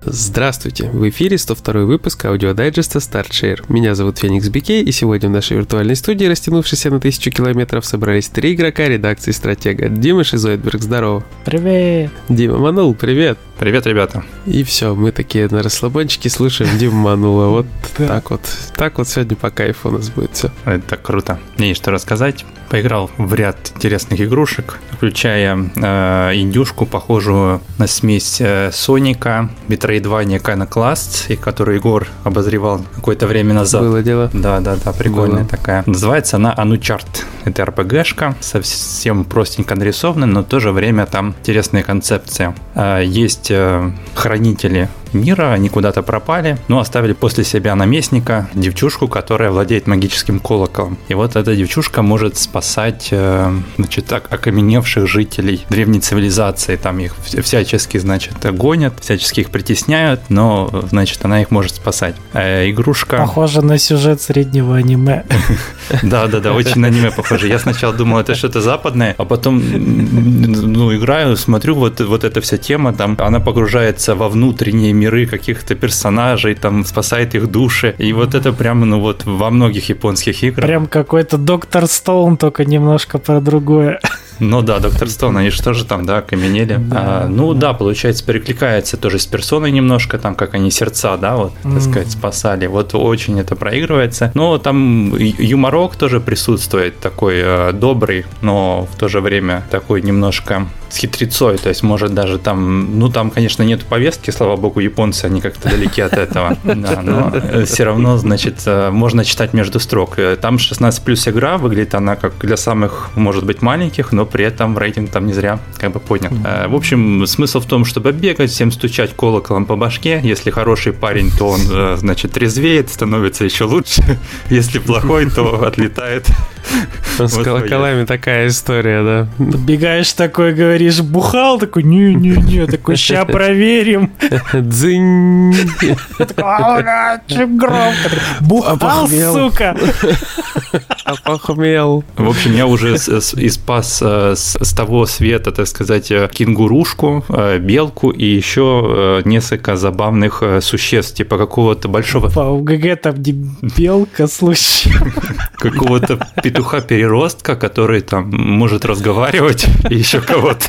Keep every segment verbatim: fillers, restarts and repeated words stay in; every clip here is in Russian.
Здравствуйте! В эфире сто второй выпуск аудиодайджеста StartShare. Меня зовут Феникс Бикей, и сегодня в нашей виртуальной студии, растянувшейся на тысячу километров, собрались три игрока редакции Стратега. Дима Шизоидберг, здорово! Привет! Дима Манул, привет! Привет, ребята! И все, мы такие на расслабончике слушаем Диму Манула. Вот так вот. Так вот сегодня по кайфу у нас будет все. Это так круто. Мне есть что рассказать. Поиграл в ряд интересных игрушек, включая э, индюшку, похожую на смесь э, Соника, Metroidvania Iconoclast, и которую Егор обозревал какое-то время назад. Было дело. Да-да-да, прикольная Было. такая. Называется она Anuchart. Это эр пи джи-шка, совсем простенько нарисованная, но в то же время там интересная концепция. Э, есть э, хранители мира, они куда-то пропали, но оставили после себя наместника, девчушку, которая владеет магическим колоколом. И вот эта девчушка может спасать, э, значит, окаменевших жителей древней цивилизации. Там их всячески, значит, гонят, всячески их притесняют, но, значит, она их может спасать. Э, игрушка... Похоже на сюжет среднего аниме. Да-да-да, очень на аниме похоже. Я сначала думал, это что-то западное, а потом, ну, играю, смотрю, вот, вот эта вся тема, там, она погружается во внутренние миры каких-то персонажей, там, спасает их души. И вот это прямо, ну, вот во многих японских играх. Прям какой-то Доктор Стоун, только немножко про другое. Ну да, Доктор Стоун, они же тоже там, да, окаменели. Да. А, ну да, получается, перекликается тоже с персоной немножко, там, как они сердца, да, вот, так mm. сказать, спасали. Вот очень это проигрывается. Но там юморок тоже присутствует, такой э, добрый, но в то же время такой немножко с хитрецой, то есть может даже там, ну там, конечно, нет повестки, слава богу, японцы, они как-то далеки от этого, но все равно, значит, можно читать между строк. Там шестнадцать плюс игра, выглядит она как для самых, может быть, маленьких, но при этом рейтинг там не зря как бы поднят. В общем, смысл в том, чтобы бегать, всем стучать колоколом по башке. Если хороший парень, то он, значит, трезвеет, становится еще лучше. Если плохой, то отлетает. С колоколами такая история, да. Бегаешь такой, говоришь, бухал, такой, не-не-не, такой, ща проверим. Дзынь. Чем громко. Бухал, сука. Опохмел. В общем, я уже и спас с того света, так сказать, кенгурушку, белку и еще несколько забавных существ, типа какого-то большого... По УГГ там не белка, слушай. Какого-то петуха-переростка, который там может разговаривать, и еще кого-то.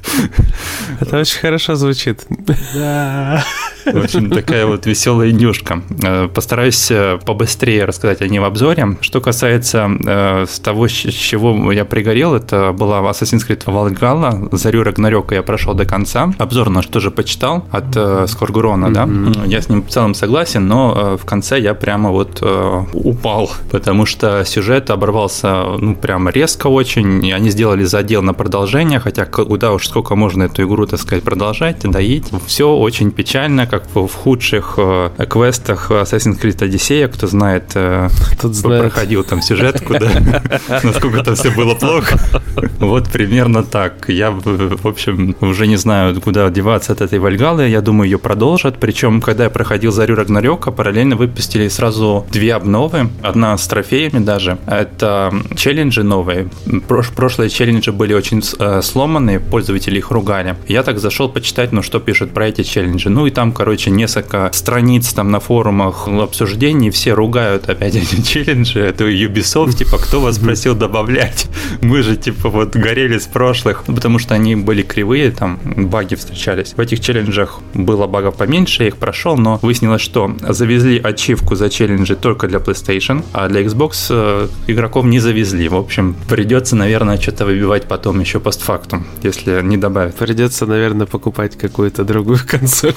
Это очень хорошо звучит. Да. В общем, такая вот веселая индюшка. Постараюсь побыстрее рассказать о ней в обзоре. Что касается э, того, с чего я пригорел, это была Assassin's Creed Valhalla. Зарю Рагнарёка я прошел до конца. Обзор наш тоже почитал от э, Скоргурона, mm-hmm. да. Я с ним в целом согласен, но э, в конце я прямо вот э, упал, потому что сюжет оборвался, ну, прямо резко очень. Они сделали задел на продолжение, хотя куда уж сколько можно эту игру, так сказать, продолжать, доить. Все очень печально, как в худших э, квестах Assassin's Creed Odyssey, кто знает, э, кто проходил там сюжетку, да, насколько там все было плохо. Вот примерно так. Я, в общем, уже не знаю, куда деваться от этой Вальгаллы. Я думаю, ее продолжат. Причем, когда я проходил Зарю Рагнарёка, параллельно выпустили сразу две обновы. Одна с трофеями даже. Это челленджи новые. Прош- прошлые челленджи были очень э, сломанные, пользователи их ругали. Я так зашел почитать, ну, что пишут про эти челленджи. Ну, и там, короче, несколько страниц там на форумах обсуждений, все ругают опять эти челленджи. Это Ubisoft, типа, кто вас просил добавлять? Мы же, типа, вот горели с прошлых, потому что они были кривые, там баги встречались. В этих челленджах было багов поменьше, я их прошел, но выяснилось, что завезли ачивку за челленджи только для PlayStation, а для Xbox э, игроков не завезли. В общем, придется, наверное, что-то выбивать потом еще постфактум, если не добавят. Придется, наверное, покупать какую-то другую консоль.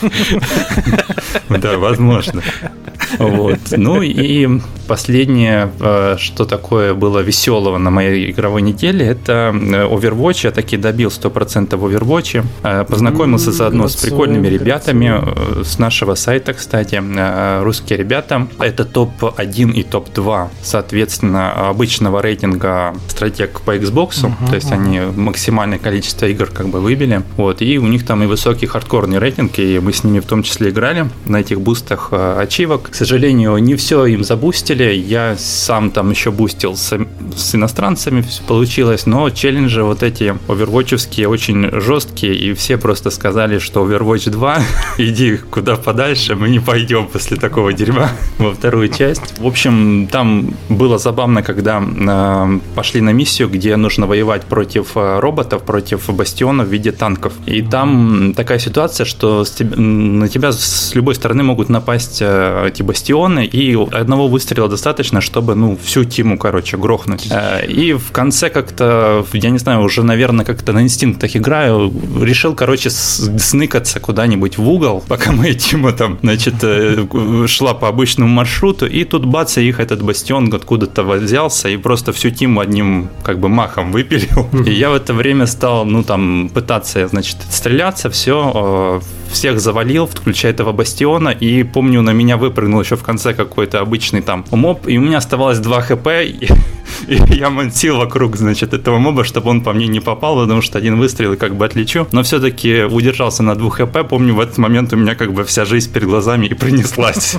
Да, возможно. Вот. Ну и последнее, что такое было веселого на моей игровой неделе, это Overwatch. Я таки добил сто процентов в Overwatch. Познакомился заодно с прикольными ребятами с нашего сайта, кстати. Русские ребята. Это топ один и топ два, соответственно, обычного рейтинга стратег по Xbox. Uh-huh, То есть uh-huh. они максимальное количество игр как бы выбили. Вот. И у них там и высокий хардкорный рейтинг, и мы с ними в том числе играли на этих бустах ачивок. сожалению, не все им забустили. Я сам там еще бустил с, с иностранцами, все получилось, но челленджи вот эти овервотчевские очень жесткие, и все просто сказали, что Overwatch два, иди куда подальше, мы не пойдем после такого дерьма во вторую часть. В общем, там было забавно, когда э, пошли на миссию, где нужно воевать против роботов, против бастионов в виде танков. И там такая ситуация, что с теб... на тебя с любой стороны могут напасть э, эти бастионы, и одного выстрела достаточно, чтобы, ну, всю тиму, короче, грохнуть. Э, и в конце как-то, я не знаю, уже, наверное, как-то на инстинктах играю, решил, короче, сныкаться куда-нибудь в угол, пока моя тима там, значит, э, шла по обычному маршруту, и тут бац, и их этот бастион откуда-то взялся, и просто всю тиму одним, как бы, махом выпилил. И я в это время стал, ну, там, пытаться, значит, стреляться, все, э, всех завалил, включая этого бастиона, и помню, на меня выпрыгнул еще в конце какой-то обычный там моб, и у меня оставалось два хп, и, и я мансил вокруг, значит, этого моба, чтобы он по мне не попал, потому что один выстрел и как бы отлечу, но все-таки удержался на двух хп, помню, в этот момент у меня как бы вся жизнь перед глазами и пронеслась.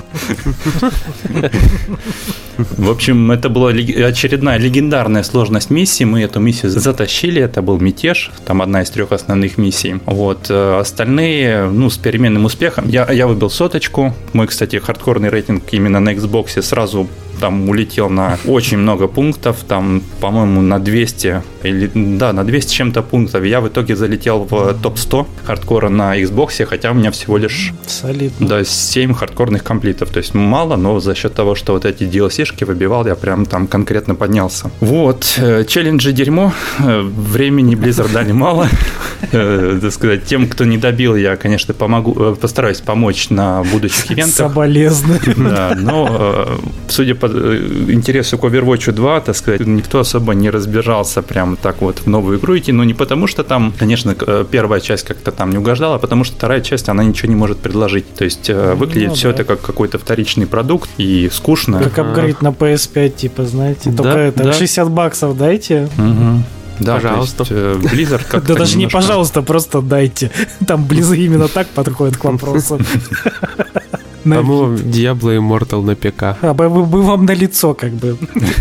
В общем, это была очередная легендарная сложность миссии, мы эту миссию затащили, это был мятеж, там одна из трех основных миссий, вот, остальные, ну, с переменным успехом, я, я выбил соточку, мой, кстати, хардкорный рейтинг именно на Xbox сразу там улетел на очень много пунктов, там, по-моему, на двести, или, да, на двести чем-то пунктов. Я в итоге залетел в топ сто хардкора на Xbox, хотя у меня всего лишь солидно. Да, семь хардкорных комплитов. То есть мало, но за счет того, что вот эти ди эл си-шки выбивал, я прям там конкретно поднялся. Вот, челленджи дерьмо, времени Blizzard дали мало. Так сказать, тем, кто не добил, я, конечно, помогу, постараюсь помочь на будущих ивентах. Соболезную. Да, но судя по интересу к Overwatch два, так сказать, никто особо не разбежался прям так вот в новую игру идти, но не потому, что там, конечно, первая часть как-то там не угождала, а потому что вторая часть, она ничего не может предложить. То есть выглядит ну, все да. это как какой-то вторичный продукт и скучно. Как апгрейд на пи эс пять, типа, знаете, только да, это да. шестьдесят баксов дайте. Угу. Да, пожалуйста. То есть, э, Blizzard как-то да даже немножко... не пожалуйста, просто дайте. Там Близы именно так подходят к вопросу. А мы вам Diablo Immortal на ПК. А мы, мы вам на лицо, как бы.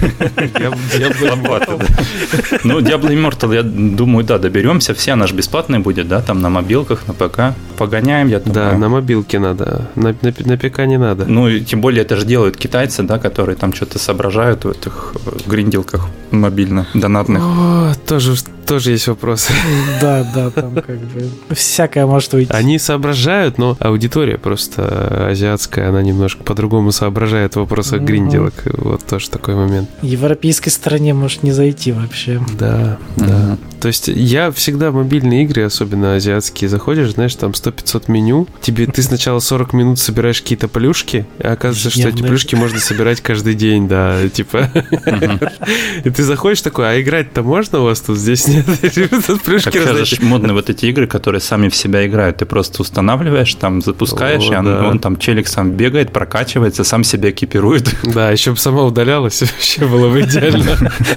Diablo Immortal. Ну, Diablo Immortal, я думаю, да, доберемся. Все, она же бесплатная будет, да, там на мобилках, на ПК. Погоняем, я думаю. Да, на мобилке надо, на, на, на ПК не надо. Ну, и тем более это же делают китайцы, да, которые там что-то соображают в этих гринделках мобильно, донатных. О, тоже, тоже есть вопросы. Да, да, там как бы всякое может уйти. Они соображают, но аудитория просто азиатская, она немножко по-другому соображает в вопросах гринделок. Вот тоже такой момент. Европейской стране может не зайти вообще. Да, да. То есть я всегда в мобильные игры, особенно азиатские, заходишь, знаешь, там сто-пятьсот меню, тебе ты сначала сорок минут собираешь какие-то плюшки, а оказывается, что эти плюшки можно собирать каждый день, да, типа. И ты заходишь такой, а играть-то можно у вас тут? Здесь нет. Плюшки раздать. Модные вот эти игры, которые сами в себя играют, ты просто устанавливаешь, там запускаешь, и он там челик сам бегает, прокачивается, сам себя экипирует. Да, еще бы сама удалялась, вообще было бы идеально.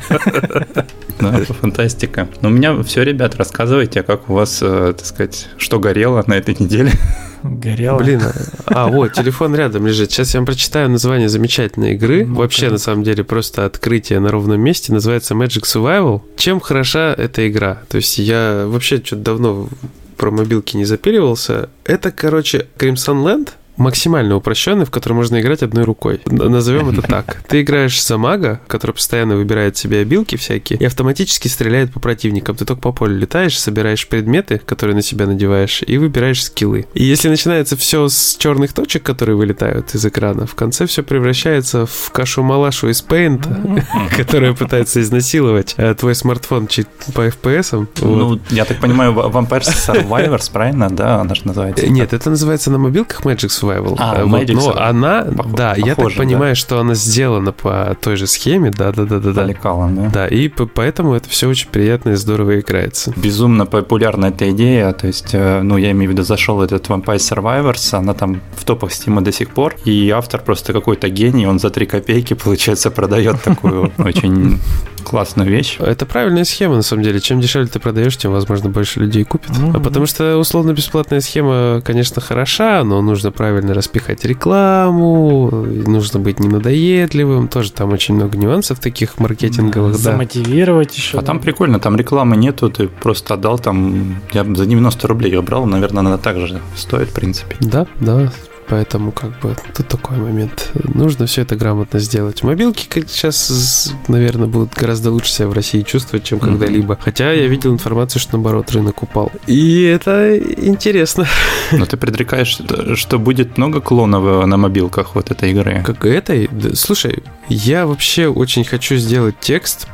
Да, это фантастика. Но у меня все, ребят, рассказывайте, а как у вас, э, так сказать, что горело на этой неделе? Горело. Блин, а вот, телефон рядом лежит. Сейчас я вам прочитаю название замечательной игры. Ну, Вообще, на самом деле, просто открытие на ровном месте. Называется Magic Survival. Чем хороша эта игра? То есть я вообще что-то давно про мобилки не запиливался. Это, короче, Crimson Land, максимально упрощенный, в который можно играть одной рукой. Назовем это так. Ты играешь за мага, который постоянно выбирает себе обилки всякие, и автоматически стреляет по противникам. Ты только по полю летаешь, собираешь предметы, которые на себя надеваешь, и выбираешь скиллы. И если начинается все с черных точек, которые вылетают из экрана, в конце все превращается в кашу-малашу из Paint, которая пытается изнасиловать твой смартфон по эф пи эс. Ну, я так понимаю, Vampire Survivors, правильно? Да, она же называется. Нет, это называется на мобилках Magic Survival. А, вот, но Survival. Она, Похож, да, похоже, я так понимаю, да. что она сделана по той же схеме, да-да-да-да. По лекалам, да. Да, и поэтому это все очень приятно и здорово играется. Безумно популярна эта идея, то есть, ну, я имею в виду, зашел этот Vampire Survivors, она там в топах Steam до сих пор, и автор просто какой-то гений, он за три копейки, получается, продает такую очень классную вещь. Это правильная схема, на самом деле. Чем дешевле ты продаешь, тем, возможно, больше людей купит. Mm-hmm. А потому что условно-бесплатная схема, конечно, хороша, но нужно правильно правильно распихать рекламу, нужно быть ненадоедливым, тоже там очень много нюансов таких маркетинговых. Да, замотивировать еще. А там прикольно, там рекламы нету, ты просто отдал там, я за девяносто рублей ее брал, наверное, она так же стоит, в принципе. Да, да. Поэтому, как бы, тут такой момент. Нужно все это грамотно сделать. Мобилки сейчас, наверное, будут гораздо лучше себя в России чувствовать, чем когда-либо. Хотя я видел информацию, что, наоборот, рынок упал. И это интересно. Но ты предрекаешь, что будет много клонов на мобилках вот этой игры? Как этой? Слушай, я вообще очень хочу сделать текст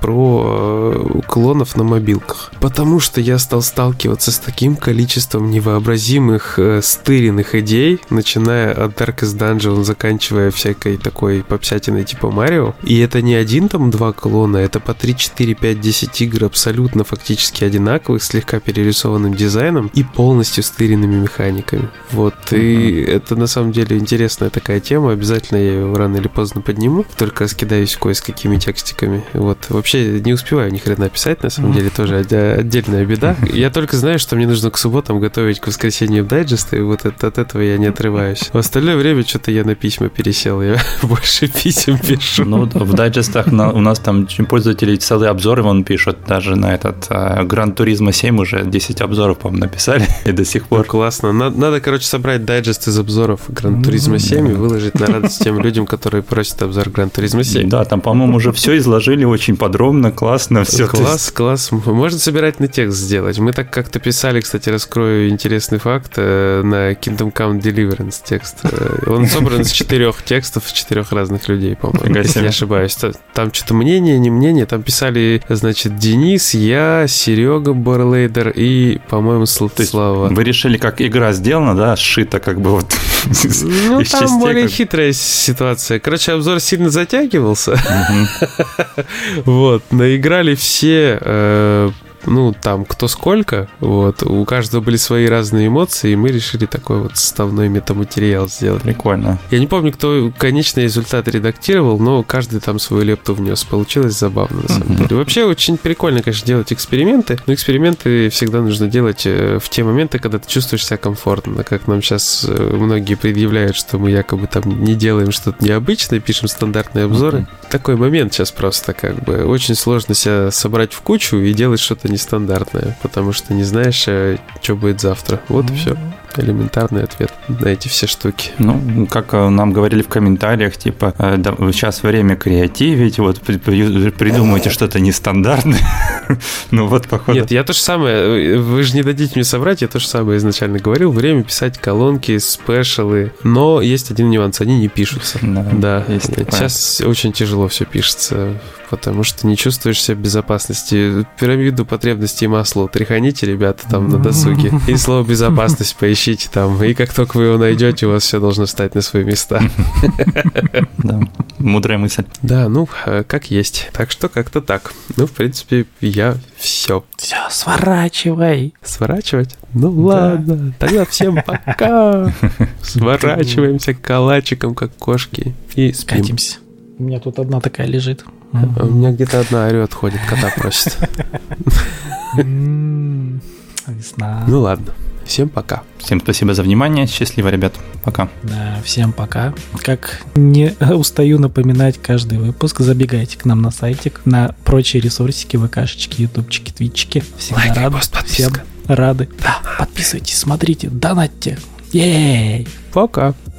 про клонов на мобилках. Потому что я стал сталкиваться с таким количеством невообразимых стыренных идей, начиная от Darkest Dungeon, заканчивая всякой такой попсятиной типа Марио. И это не один там два клона, это по три, четыре, пять, десять игр абсолютно фактически одинаковых, слегка перерисованным дизайном и полностью стыренными механиками. Вот, uh-huh. И это на самом деле интересная такая тема, обязательно я ее рано или поздно подниму, только скидаюсь кое с какими текстиками. Вот, вообще не успеваю ни хрена писать, на самом uh-huh. деле тоже отдельная беда. Я только знаю, что мне нужно к субботам готовить к воскресенью дайджесты, и вот от, от этого я не отрываюсь. В остальное время что-то я на письма пересел, я больше писем пишу. Ну, в дайджестах на, у нас там пользователи целые обзоры вон пишут, даже на этот Gran Turismo семь уже десять обзоров, по-моему, написали, и до сих пор. Ну, классно. Надо, надо, короче, собрать дайджест из обзоров Gran Turismo семь и выложить на радость тем людям, которые просят обзор Gran Turismo семь. Да, там, по-моему, уже все изложили очень подробно, классно. Все. Класс, есть... класс. Можно собирательный текст сделать. Мы так как-то писали, кстати, раскрою интересный факт, на Kingdom Come Deliverance текст. Он собран из четырех текстов четырех разных людей, по-моему, если не ошибаюсь. Там что-то мнение, не мнение. Там писали, значит, Денис, я, Серега Борлейдер и, по-моему, Слава. Вы решили, как игра сделана, да, сшита как бы вот ну, из там частей, более как... хитрая ситуация. Короче, обзор сильно затягивался. Вот. Наиграли все... ну, там, кто сколько, вот, у каждого были свои разные эмоции, и мы решили такой вот составной метаматериал сделать. Прикольно. Я не помню, кто конечный результат редактировал, но каждый там свою лепту внес. Получилось забавно, на самом uh-huh. деле. Вообще, очень прикольно, конечно, делать эксперименты, но эксперименты всегда нужно делать в те моменты, когда ты чувствуешь себя комфортно, как нам сейчас многие предъявляют, что мы якобы там не делаем что-то необычное, пишем стандартные обзоры. Uh-huh. Такой момент сейчас просто, как бы, очень сложно себя собрать в кучу и делать что-то нестандартное, потому что не знаешь, что будет завтра. Вот mm-hmm. и все. Элементарный ответ на эти все штуки. Ну, как нам говорили в комментариях, типа, да, сейчас время креативить, вот придумайте что-то нестандартное. Ну вот, походу. Нет, я то же самое, вы же не дадите мне соврать, я то же самое изначально говорил, время писать колонки, спешалы, но есть один нюанс, они не пишутся. Да, сейчас очень тяжело все пишется, потому что не чувствуешь себя в безопасности. Пирамиду потребностей Маслоу тряханите, ребята, там на досуге, и слово «безопасность» поищите там, и как только вы его найдете, у вас все должно встать на свои места. Да, мудрая мысль. Да, ну, как есть. Так что как-то так. Ну, в принципе, я все. Все, сворачивай. Сворачивать? Ну, да. Ладно. Тогда всем пока. Сворачиваемся калачиком, как кошки, и спим. Катимся. У меня тут одна такая лежит. У меня где-то одна орёт, ходит, кота просит. Весна. Ну ладно. Всем пока. Всем спасибо за внимание. Счастливо, ребят. Пока. Да, всем пока. Как не устаю напоминать каждый выпуск, забегайте к нам на сайтик, на прочие ресурсики, ВКшечки, ютубчики, твитчики. Всегда Лайк, рады. пост, всем рады. Да, подписывайтесь, смотрите, донатьте. Ей! Пока.